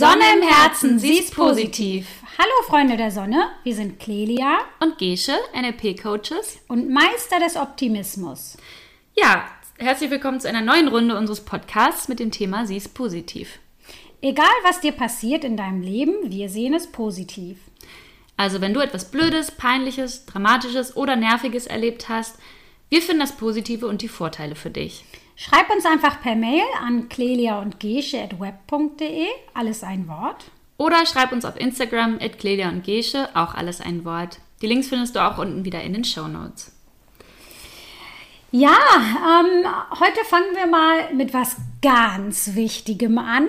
Sonne im Herzen, sie ist positiv. Hallo Freunde der Sonne, wir sind Clelia und Gesche, NLP-Coaches und Meister des Optimismus. Ja, herzlich willkommen zu einer neuen Runde unseres Podcasts mit dem Thema Sie ist positiv. Egal was dir passiert in deinem Leben, wir sehen es positiv. Also wenn du etwas Blödes, Peinliches, Dramatisches oder Nerviges erlebt hast, wir finden das Positive und die Vorteile für dich. Schreib uns einfach per Mail an cleliaundgesche@web.de, alles ein Wort. Oder schreib uns auf Instagram @cleliaundgesche, auch alles ein Wort. Die Links findest du auch unten wieder in den Shownotes. Ja, heute fangen wir mal mit was ganz Wichtigem an.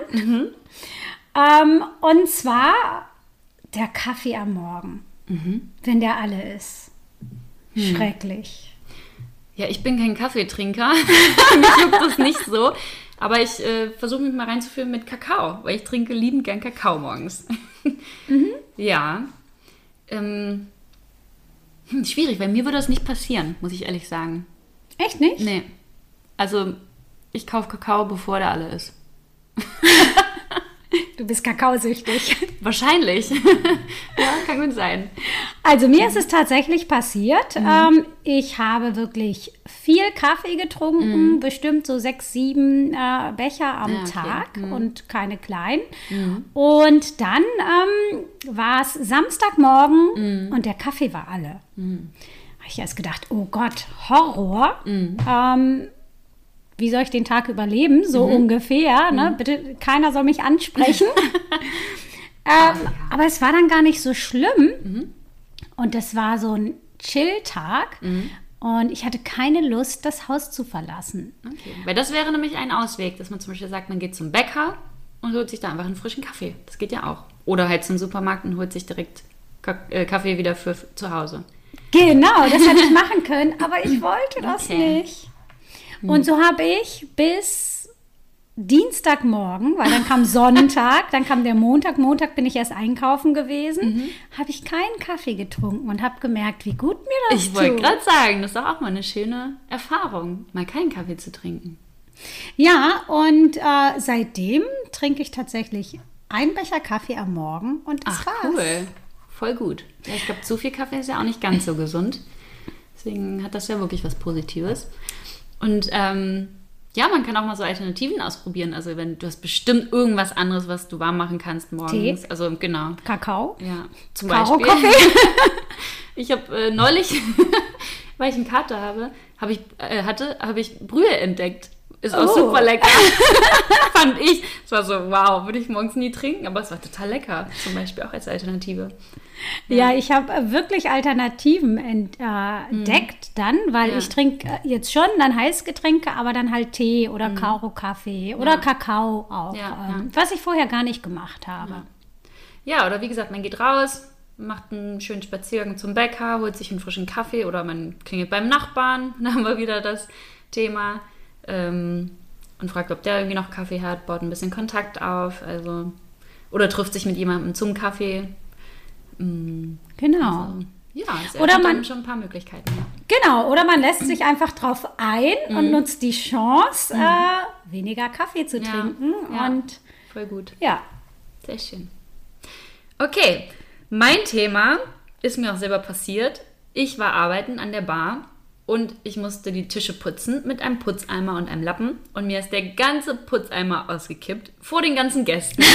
Und zwar der Kaffee am Morgen, wenn der alle ist. Schrecklich. Ja, ich bin kein Kaffeetrinker. Mich juckt das nicht so. Aber ich versuche mich mal reinzuführen mit Kakao, weil ich trinke liebend gern Kakao morgens. Ja. Schwierig, weil mir würde das nicht passieren, muss ich ehrlich sagen. Echt nicht? Nee. Also, ich kaufe Kakao, bevor der alle ist. Du bist kakaosüchtig. Wahrscheinlich. Ja, kann gut sein. Also mir ist es tatsächlich passiert. Ich habe wirklich viel Kaffee getrunken, bestimmt so 6, 7 Becher am Tag und keine kleinen. Und dann war es Samstagmorgen und der Kaffee war alle. Habe ich erst gedacht, oh Gott, Horror. Wie soll ich den Tag überleben? So ungefähr. Ne? Bitte, keiner soll mich ansprechen. Aber es war dann gar nicht so schlimm. Und das war so ein Chill-Tag. Und ich hatte keine Lust, das Haus zu verlassen. Okay. Weil das wäre nämlich ein Ausweg, dass man zum Beispiel sagt, man geht zum Bäcker und holt sich da einfach einen frischen Kaffee. Das geht ja auch. Oder halt zum Supermarkt und holt sich direkt Kaffee wieder für zu Hause. Genau, das hätte ich machen können. Aber ich wollte das nicht. Und so habe ich bis Dienstagmorgen, weil dann kam Sonntag, dann kam der Montag bin ich erst einkaufen gewesen, habe ich keinen Kaffee getrunken und habe gemerkt, wie gut mir das tut. Ich wollte gerade sagen, das ist doch auch mal eine schöne Erfahrung, mal keinen Kaffee zu trinken. Ja, und seitdem trinke ich tatsächlich einen Becher Kaffee am Morgen und das war's. Cool, voll gut. Ja, ich glaube, zu viel Kaffee ist ja auch nicht ganz so gesund. Deswegen hat das ja wirklich was Positives. Und ja, man kann auch mal so Alternativen ausprobieren. Also wenn du hast bestimmt irgendwas anderes, was du warm machen kannst morgens. Tee? Also genau. Kakao? Ja, zum Karo Beispiel. Kaffee? Ich habe neulich, weil ich einen Kater habe ich Brühe entdeckt. Ist auch super lecker. Fand ich. Es war so, wow, würde ich morgens nie trinken, aber es war total lecker. Zum Beispiel auch als Alternative. Ja, ich habe wirklich Alternativen entdeckt dann, weil ich trinke jetzt schon dann Heißgetränke, aber dann halt Tee oder Karo-Kaffee oder Kakao auch, was ich vorher gar nicht gemacht habe. Ja, oder wie gesagt, man geht raus, macht einen schönen Spaziergang zum Bäcker, holt sich einen frischen Kaffee oder man klingelt beim Nachbarn, dann haben wir wieder das Thema, und fragt, ob der irgendwie noch Kaffee hat, baut ein bisschen Kontakt auf, also oder trifft sich mit jemandem zum Kaffee. Genau. Also, ja, es oder hat man dann schon ein paar Möglichkeiten. Ja. Genau, oder man lässt sich einfach drauf ein und nutzt die Chance, weniger Kaffee zu trinken. Ja, und voll gut. Ja. Sehr schön. Okay, mein Thema ist mir auch selber passiert. Ich war arbeiten an der Bar und ich musste die Tische putzen mit einem Putzeimer und einem Lappen und mir ist der ganze Putzeimer ausgekippt vor den ganzen Gästen.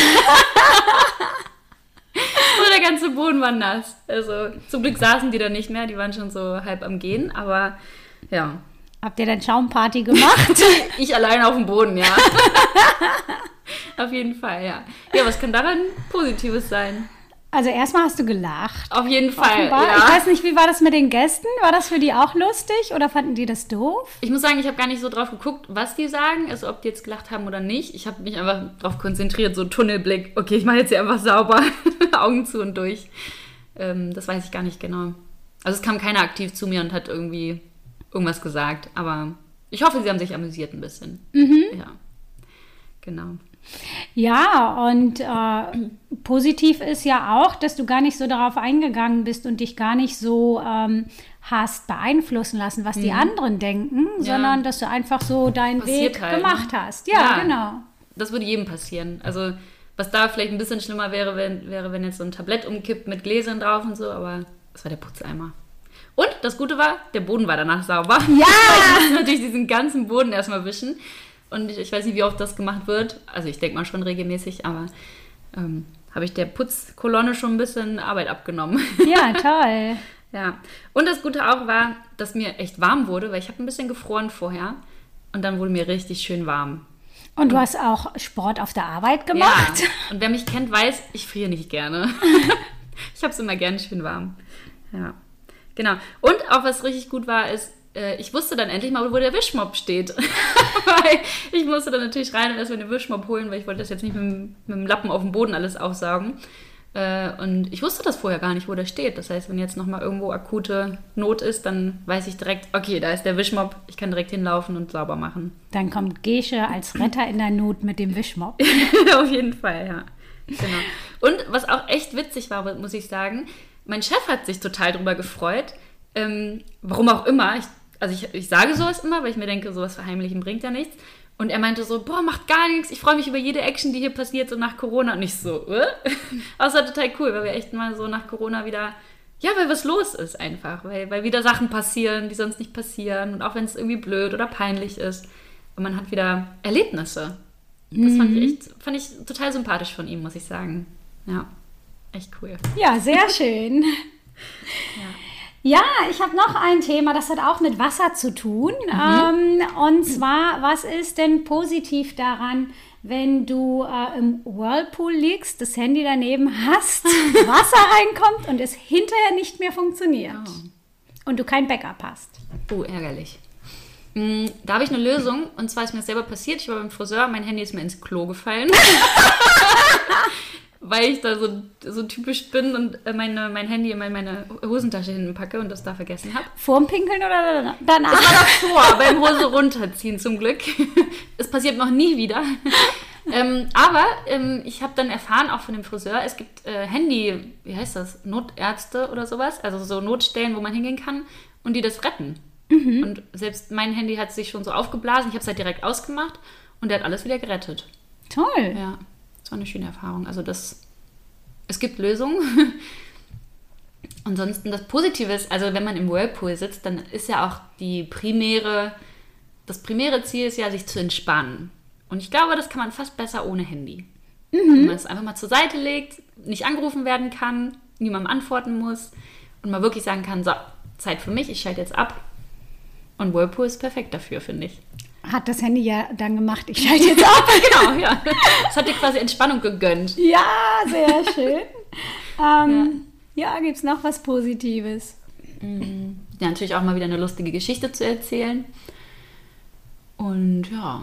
Und der ganze Boden war nass. Also zum Glück saßen die da nicht mehr, die waren schon so halb am Gehen, aber ja. Habt ihr denn Schaumparty gemacht? Ich allein auf dem Boden, ja. Auf jeden Fall, ja. Ja, was kann daran Positives sein? Also erstmal hast du gelacht. Auf jeden Fall, Offenbar. ja. Ich weiß nicht, wie war das mit den Gästen? War das für die auch lustig oder fanden die das doof? Ich muss sagen, ich habe gar nicht so drauf geguckt, was die sagen, also ob die jetzt gelacht haben oder nicht. Ich habe mich einfach drauf konzentriert, so Tunnelblick. Okay, ich mache jetzt hier einfach sauber, Augen zu und durch. Das weiß ich gar nicht genau. Also es kam keiner aktiv zu mir und hat irgendwie irgendwas gesagt, aber ich hoffe, sie haben sich amüsiert ein bisschen. Ja, genau. Ja, und positiv ist ja auch, dass du gar nicht so darauf eingegangen bist und dich gar nicht so hast beeinflussen lassen, was die anderen denken, sondern dass du einfach so deinen Weg gemacht hast. Ja, genau. Das würde jedem passieren. Also Was da vielleicht ein bisschen schlimmer wäre, wenn jetzt so ein Tablett umkippt mit Gläsern drauf und so, aber das war der Putzeimer. Und das Gute war, der Boden war danach sauber. Ja! Ich musste natürlich diesen ganzen Boden erstmal wischen. Und ich weiß nicht, wie oft das gemacht wird. Also ich denke mal schon regelmäßig, aber habe ich der Putzkolonne schon ein bisschen Arbeit abgenommen. Ja, toll. Ja. Und das Gute auch war, dass mir echt warm wurde, weil ich habe ein bisschen gefroren vorher. Und dann wurde mir richtig schön warm. Und du hast auch Sport auf der Arbeit gemacht? Ja, und wer mich kennt, weiß, ich friere nicht gerne. Ich habe es immer gerne schön warm. Ja, genau. Und auch was richtig gut war, ist, ich wusste dann endlich mal, wo der Wischmopp steht. Weil ich musste dann natürlich rein und erstmal den Wischmopp holen, weil ich wollte das jetzt nicht mit dem Lappen auf dem Boden alles aufsaugen. Und ich wusste das vorher gar nicht, wo der steht. Das heißt, wenn jetzt nochmal irgendwo akute Not ist, dann weiß ich direkt, okay, da ist der Wischmopp, ich kann direkt hinlaufen und sauber machen. Dann kommt Gesche als Retter in der Not mit dem Wischmopp. Auf jeden Fall, ja. Genau. Und was auch echt witzig war, muss ich sagen, mein Chef hat sich total drüber gefreut. Warum auch immer. Ich sage sowas immer, weil ich mir denke, sowas verheimlichen bringt ja nichts. Und er meinte so, boah, macht gar nichts. Ich freue mich über jede Action, die hier passiert, so nach Corona. Und ich so, Aber es war total cool, weil wir echt mal so nach Corona wieder, ja, weil was los ist einfach. Weil wieder Sachen passieren, die sonst nicht passieren. Und auch wenn es irgendwie blöd oder peinlich ist. Und man hat wieder Erlebnisse. Das fand ich total sympathisch von ihm, muss ich sagen. Ja, echt cool. Ja, sehr schön. Ja, ich habe noch ein Thema, das hat auch mit Wasser zu tun. Und zwar, was ist denn positiv daran, wenn du im Whirlpool liegst, das Handy daneben hast, Wasser reinkommt und es hinterher nicht mehr funktioniert und du kein Backup hast? Oh, ärgerlich. Da habe ich eine Lösung, und zwar ist mir das selber passiert. Ich war beim Friseur, mein Handy ist mir ins Klo gefallen. Weil ich da so typisch bin und mein Handy in meine Hosentasche hinten packe und das da vergessen habe. Vorm Pinkeln oder danach? Das war davor, beim Hose runterziehen zum Glück. Es passiert noch nie wieder. Aber ich habe dann erfahren, auch von dem Friseur, es gibt Handy, wie heißt das, Notärzte oder sowas, also so Notstellen, wo man hingehen kann und die das retten. Und selbst mein Handy hat sich schon so aufgeblasen, ich habe es halt direkt ausgemacht und der hat alles wieder gerettet. Toll. Ja. Das war eine schöne Erfahrung. Also es gibt Lösungen. Ansonsten das Positive ist, also wenn man im Whirlpool sitzt, dann ist ja auch das primäre Ziel ist ja, sich zu entspannen. Und ich glaube, das kann man fast besser ohne Handy. Wenn man es einfach mal zur Seite legt, nicht angerufen werden kann, niemandem antworten muss und man wirklich sagen kann, so, Zeit für mich, ich schalte jetzt ab. Und Whirlpool ist perfekt dafür, finde ich. Hat das Handy ja dann gemacht, ich schalte jetzt ab. Genau, ja. Das hat dir quasi Entspannung gegönnt. Ja, sehr schön. Ja, gibt es noch was Positives? Ja, natürlich auch mal wieder eine lustige Geschichte zu erzählen. Und ja,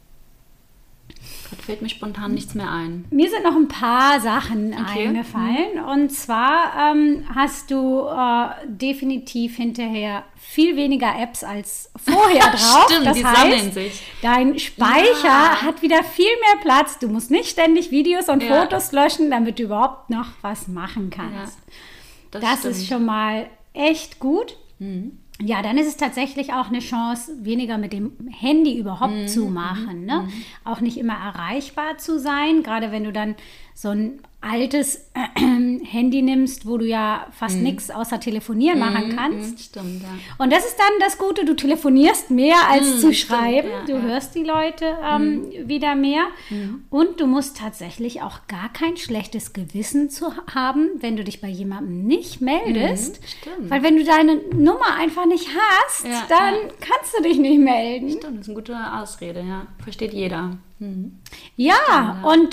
gerade fällt mir spontan nichts mehr ein. Mir sind noch ein paar Sachen eingefallen. Und zwar hast du definitiv hinterher viel weniger Apps als vorher drauf. Stimmt, das die heißt, sammeln sich. Dein Speicher hat wieder viel mehr Platz. Du musst nicht ständig Videos und Fotos löschen, damit du überhaupt noch was machen kannst. Ja, das ist schon mal echt gut. Ja, dann ist es tatsächlich auch eine Chance, weniger mit dem Handy überhaupt zu machen. Ne? Auch nicht immer erreichbar zu sein, gerade wenn du dann so ein altes Handy nimmst, wo du ja fast nichts außer telefonieren machen kannst. Stimmt, ja. Und das ist dann das Gute, du telefonierst mehr als zu schreiben. Ja, du hörst die Leute wieder mehr. Und du musst tatsächlich auch gar kein schlechtes Gewissen zu haben, wenn du dich bei jemandem nicht meldest. Stimmt. Weil wenn du deine Nummer einfach nicht hast, dann kannst du dich nicht melden. Stimmt, das ist eine gute Ausrede, ja. Versteht jeder. Ja, und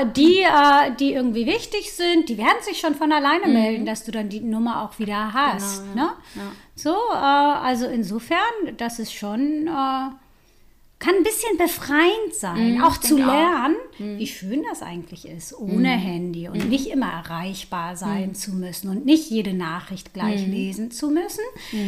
die irgendwie wichtig sind, die werden sich schon von alleine melden, dass du dann die Nummer auch wieder hast. Genau, ne? Ja. So, also insofern, das ist schon, kann ein bisschen befreiend sein, auch zu lernen, wie schön das eigentlich ist, ohne Handy und nicht immer erreichbar sein zu müssen und nicht jede Nachricht gleich lesen zu müssen.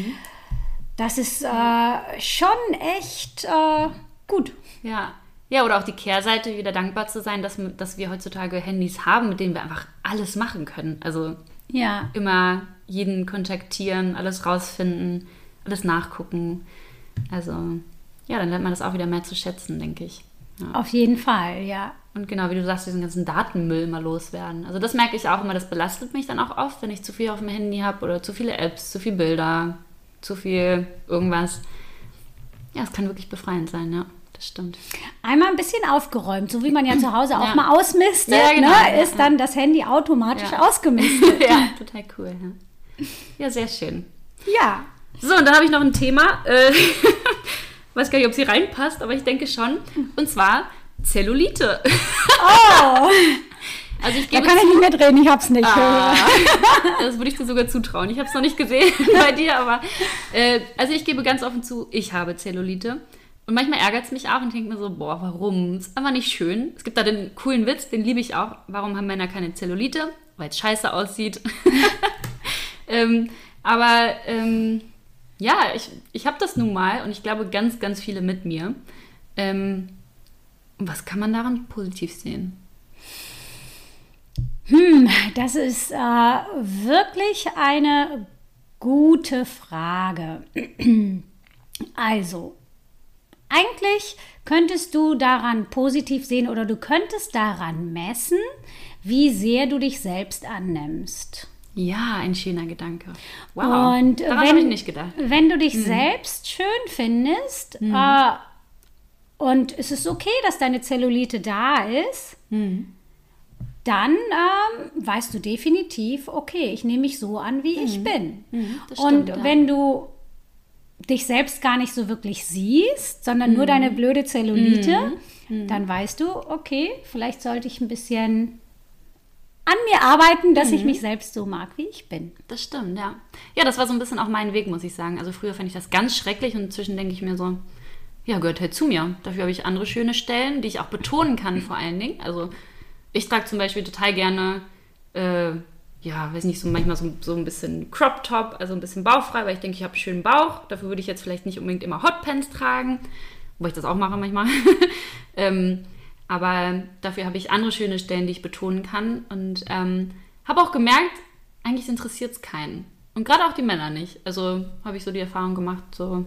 Das ist schon echt gut. Ja. Ja, oder auch die Kehrseite, wieder dankbar zu sein, dass wir heutzutage Handys haben, mit denen wir einfach alles machen können. Also immer jeden kontaktieren, alles rausfinden, alles nachgucken. Also ja, dann lernt man das auch wieder mehr zu schätzen, denke ich. Ja. Auf jeden Fall, ja. Und genau, wie du sagst, diesen ganzen Datenmüll mal loswerden. Also das merke ich auch immer, das belastet mich dann auch oft, wenn ich zu viel auf dem Handy habe oder zu viele Apps, zu viele Bilder, zu viel irgendwas. Ja, es kann wirklich befreiend sein, ja. Das stimmt. Einmal ein bisschen aufgeräumt, so wie man ja zu Hause auch mal ausmistet, genau, ist dann das Handy automatisch ausgemistet. Ja, total cool. Ja, sehr schön. Ja. So, und dann habe ich noch ein Thema, weiß gar nicht, ob sie reinpasst, aber ich denke schon. Und zwar Zellulite. Oh! Also da kann ich nicht mehr drehen, ich hab's nicht. Das würde ich dir sogar zutrauen. Ich habe es noch nicht gesehen bei dir, aber also ich gebe ganz offen zu, ich habe Zellulite. Und manchmal ärgert es mich auch und ich denke mir so, boah, warum? Ist einfach nicht schön. Es gibt da den coolen Witz, den liebe ich auch. Warum haben Männer keine Zellulite? Weil es scheiße aussieht. Ja, ich habe das nun mal und ich glaube ganz, ganz viele mit mir. Was kann man daran positiv sehen? Das ist wirklich eine gute Frage. Also, eigentlich könntest du daran positiv sehen oder du könntest daran messen, wie sehr du dich selbst annimmst. Ja, ein schöner Gedanke. Wow, und daran habe ich nicht gedacht. Wenn du dich selbst schön findest und es ist okay, dass deine Zellulite da ist, dann weißt du definitiv, okay, ich nehme mich so an, wie ich bin. Das stimmt, und wenn du dich selbst gar nicht so wirklich siehst, sondern nur deine blöde Zellulite, dann weißt du, okay, vielleicht sollte ich ein bisschen an mir arbeiten, dass ich mich selbst so mag, wie ich bin. Das stimmt, ja. Ja, das war so ein bisschen auch mein Weg, muss ich sagen. Also früher fand ich das ganz schrecklich und inzwischen denke ich mir so, ja, gehört halt zu mir. Dafür habe ich andere schöne Stellen, die ich auch betonen kann vor allen Dingen. Also ich trage zum Beispiel total gerne, weiß nicht, so manchmal so ein bisschen Crop Top, also ein bisschen bauchfrei, weil ich denke, ich habe einen schönen Bauch. Dafür würde ich jetzt vielleicht nicht unbedingt immer Hotpants tragen, wobei ich das auch mache manchmal. Aber dafür habe ich andere schöne Stellen, die ich betonen kann. Und habe auch gemerkt, eigentlich interessiert es keinen. Und gerade auch die Männer nicht. Also habe ich so die Erfahrung gemacht, so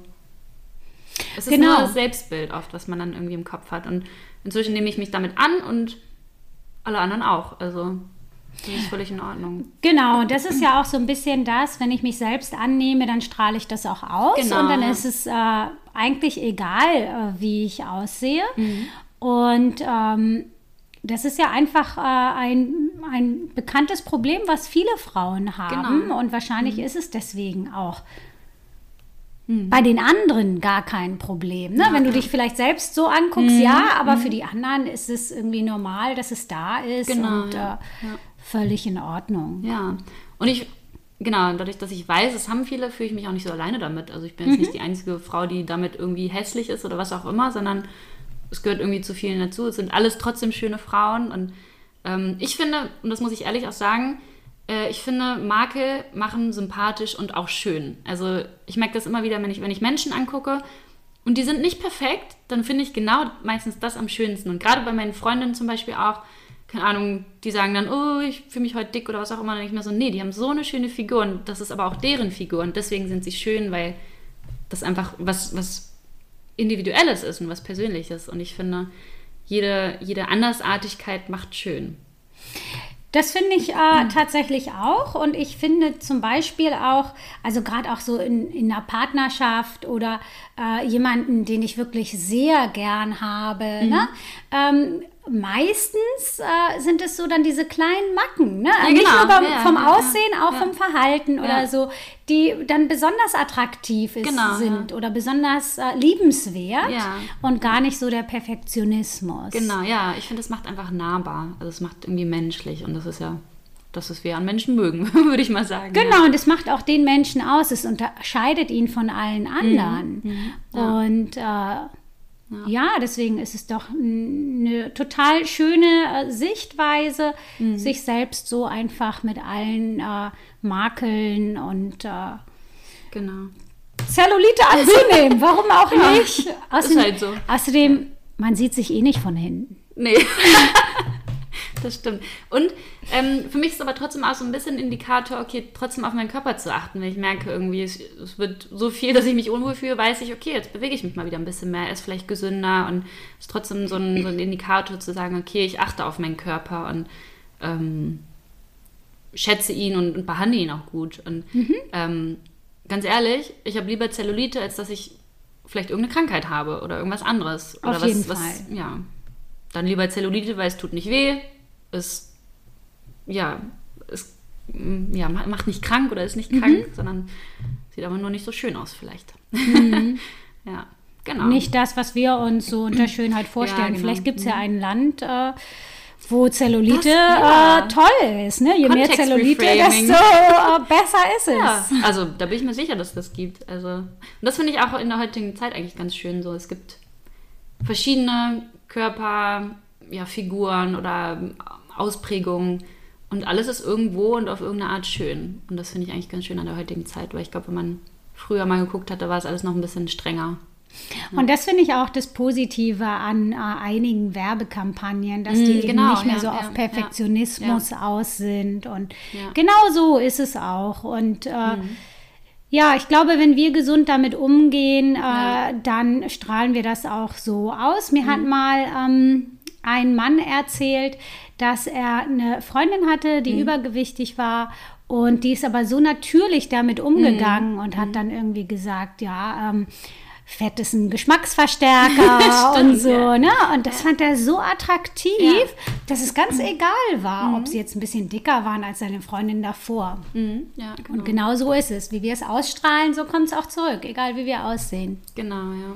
es ist nur das Selbstbild oft, was man dann irgendwie im Kopf hat. Und inzwischen nehme ich mich damit an und alle anderen auch. Also das ist völlig in Ordnung. Genau, das ist ja auch so ein bisschen das, wenn ich mich selbst annehme, dann strahle ich das auch aus. Genau, und dann ist es eigentlich egal, wie ich aussehe. Und das ist ja einfach ein bekanntes Problem, was viele Frauen haben. Genau. Und wahrscheinlich ist es deswegen auch bei den anderen gar kein Problem. Ne? Ja, wenn du dich vielleicht selbst so anguckst, aber für die anderen ist es irgendwie normal, dass es da ist und völlig in Ordnung. Ja, und dadurch, dass ich weiß, es haben viele, fühle ich mich auch nicht so alleine damit. Also ich bin jetzt nicht die einzige Frau, die damit irgendwie hässlich ist oder was auch immer, sondern es gehört irgendwie zu vielen dazu. Es sind alles trotzdem schöne Frauen und ich finde, und das muss ich ehrlich auch sagen, ich finde, Makel machen sympathisch und auch schön. Also ich merke das immer wieder, wenn ich Menschen angucke und die sind nicht perfekt, dann finde ich genau meistens das am schönsten. Und gerade bei meinen Freundinnen zum Beispiel auch, keine Ahnung, die sagen dann, oh, ich fühle mich heute dick oder was auch immer. Dann denke ich mir so, nee, die haben so eine schöne Figur und das ist aber auch deren Figur und deswegen sind sie schön, weil das einfach was Individuelles ist und was Persönliches. Und ich finde, jede Andersartigkeit macht schön. Das finde ich tatsächlich auch und ich finde zum Beispiel auch, also gerade auch so in einer Partnerschaft oder jemanden, den ich wirklich sehr gern habe, ne? Meistens sind es so dann diese kleinen Macken, ne? Ja, nicht genau. nur vom Aussehen, auch vom Verhalten oder so, die dann besonders attraktiv sind oder besonders liebenswert und gar nicht so der Perfektionismus. Genau, ja, ich finde, es macht einfach nahbar, also es macht irgendwie menschlich und das ist ja das, was wir an Menschen mögen, würde ich mal sagen. Genau, und es macht auch den Menschen aus, es unterscheidet ihn von allen anderen. Und ja, deswegen ist es doch eine total schöne Sichtweise, sich selbst so einfach mit allen Makeln und Zellulite anzunehmen. Warum auch nicht? Ist halt so. Außerdem, man sieht sich eh nicht von hinten. Nee. Das stimmt. Und für mich ist aber trotzdem auch so ein bisschen Indikator, okay, trotzdem auf meinen Körper zu achten. Wenn ich merke, irgendwie, es wird so viel, dass ich mich unwohl fühle, weiß ich, okay, jetzt bewege ich mich mal wieder ein bisschen mehr, ist vielleicht gesünder und ist trotzdem so ein Indikator zu sagen, okay, ich achte auf meinen Körper und schätze ihn und behandle ihn auch gut. Und ganz ehrlich, ich habe lieber Zellulite, als dass ich vielleicht irgendeine Krankheit habe oder irgendwas anderes. Oder auf jeden Fall. Ja, dann lieber Zellulite, weil es tut nicht weh, macht nicht krank oder ist nicht krank, sondern sieht aber nur nicht so schön aus vielleicht. Ja, genau. Nicht das, was wir uns so unter Schönheit vorstellen. Ja, genau. Vielleicht gibt es ja ein Land, wo Zellulite toll ist. Ne? Je mehr Zellulite, desto besser ist es. Ja, also da bin ich mir sicher, dass es das gibt. Also, und das finde ich auch in der heutigen Zeit eigentlich ganz schön so. Es gibt verschiedene Körperfiguren oder Ausprägungen und alles ist irgendwo und auf irgendeine Art schön. Und das finde ich eigentlich ganz schön an der heutigen Zeit, weil ich glaube, wenn man früher mal geguckt hat, da war es alles noch ein bisschen strenger. Und das finde ich auch das Positive an einigen Werbekampagnen, dass die eben nicht mehr so auf Perfektionismus aus sind. Und genau so ist es auch. Und ich glaube, wenn wir gesund damit umgehen, dann strahlen wir das auch so aus. Mir hat mal ein Mann erzählt, dass er eine Freundin hatte, die übergewichtig war. Und die ist aber so natürlich damit umgegangen und hat dann irgendwie gesagt, Fett ist ein Geschmacksverstärker und so, ne? Und das fand er so attraktiv, dass es ganz egal war, ob sie jetzt ein bisschen dicker waren als seine Freundin davor. Ja, genau. Und genau so ist es. Wie wir es ausstrahlen, so kommt es auch zurück, egal wie wir aussehen. Genau, ja.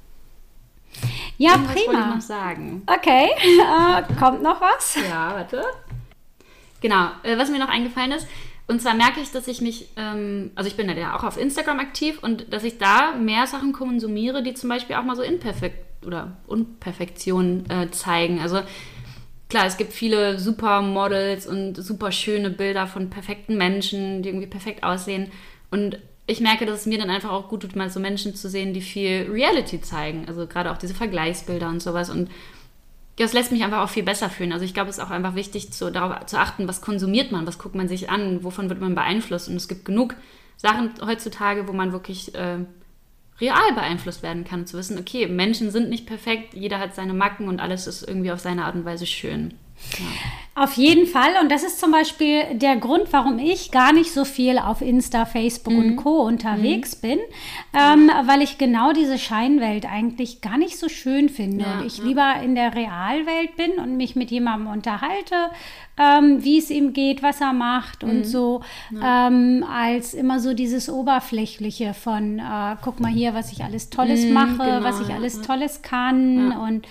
Ja, prima. Was wollte ich noch sagen? Okay, kommt noch was? Ja, warte. Genau, was mir noch eingefallen ist, und zwar merke ich, dass ich mich, also ich bin ja auch auf Instagram aktiv und dass ich da mehr Sachen konsumiere, die zum Beispiel auch mal so Unperfektionen zeigen. Also klar, es gibt viele super Models und super schöne Bilder von perfekten Menschen, die irgendwie perfekt aussehen. Und ich merke, dass es mir dann einfach auch gut tut, mal so Menschen zu sehen, die viel Reality zeigen. Also gerade auch diese Vergleichsbilder und sowas. Und das lässt mich einfach auch viel besser fühlen. Also ich glaube, es ist auch einfach wichtig, darauf zu achten, was konsumiert man, was guckt man sich an, wovon wird man beeinflusst. Und es gibt genug Sachen heutzutage, wo man wirklich real beeinflusst werden kann. Zu wissen, okay, Menschen sind nicht perfekt, jeder hat seine Macken und alles ist irgendwie auf seine Art und Weise schön. Ja. Auf jeden Fall. Und das ist zum Beispiel der Grund, warum ich gar nicht so viel auf Insta, Facebook und Co. unterwegs bin, weil ich genau diese Scheinwelt eigentlich gar nicht so schön finde. Und ich lieber in der Realwelt bin und mich mit jemandem unterhalte, wie es ihm geht, was er macht und so, als immer so dieses Oberflächliche von, guck mal hier, was ich alles Tolles mache, was ich alles Tolles kann und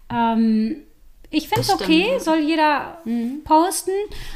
ich finde es okay, soll jeder posten,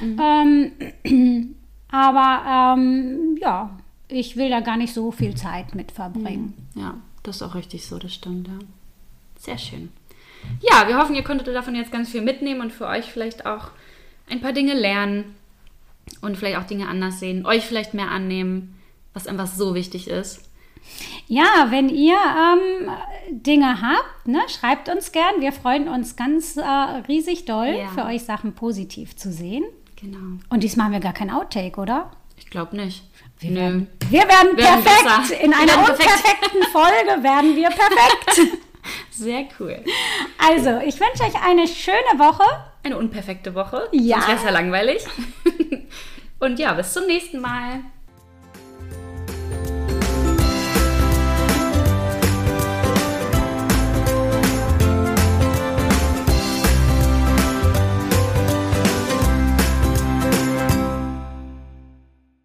aber ich will da gar nicht so viel Zeit mit verbringen. Ja, das ist auch richtig so, das stimmt, ja. Sehr schön. Ja, wir hoffen, ihr konntet davon jetzt ganz viel mitnehmen und für euch vielleicht auch ein paar Dinge lernen und vielleicht auch Dinge anders sehen, euch vielleicht mehr annehmen, was einfach so wichtig ist. Ja, wenn ihr Dinge habt, ne, schreibt uns gern. Wir freuen uns ganz riesig doll, für euch Sachen positiv zu sehen. Genau. Und diesmal haben wir gar kein Outtake, oder? Ich glaube nicht. Wir werden perfekt. Besser. In einer unperfekten Folge werden wir perfekt. Sehr cool. Also, ich wünsche euch eine schöne Woche. Eine unperfekte Woche. Ja. Sonst wäre es ja langweilig. Und ja, bis zum nächsten Mal.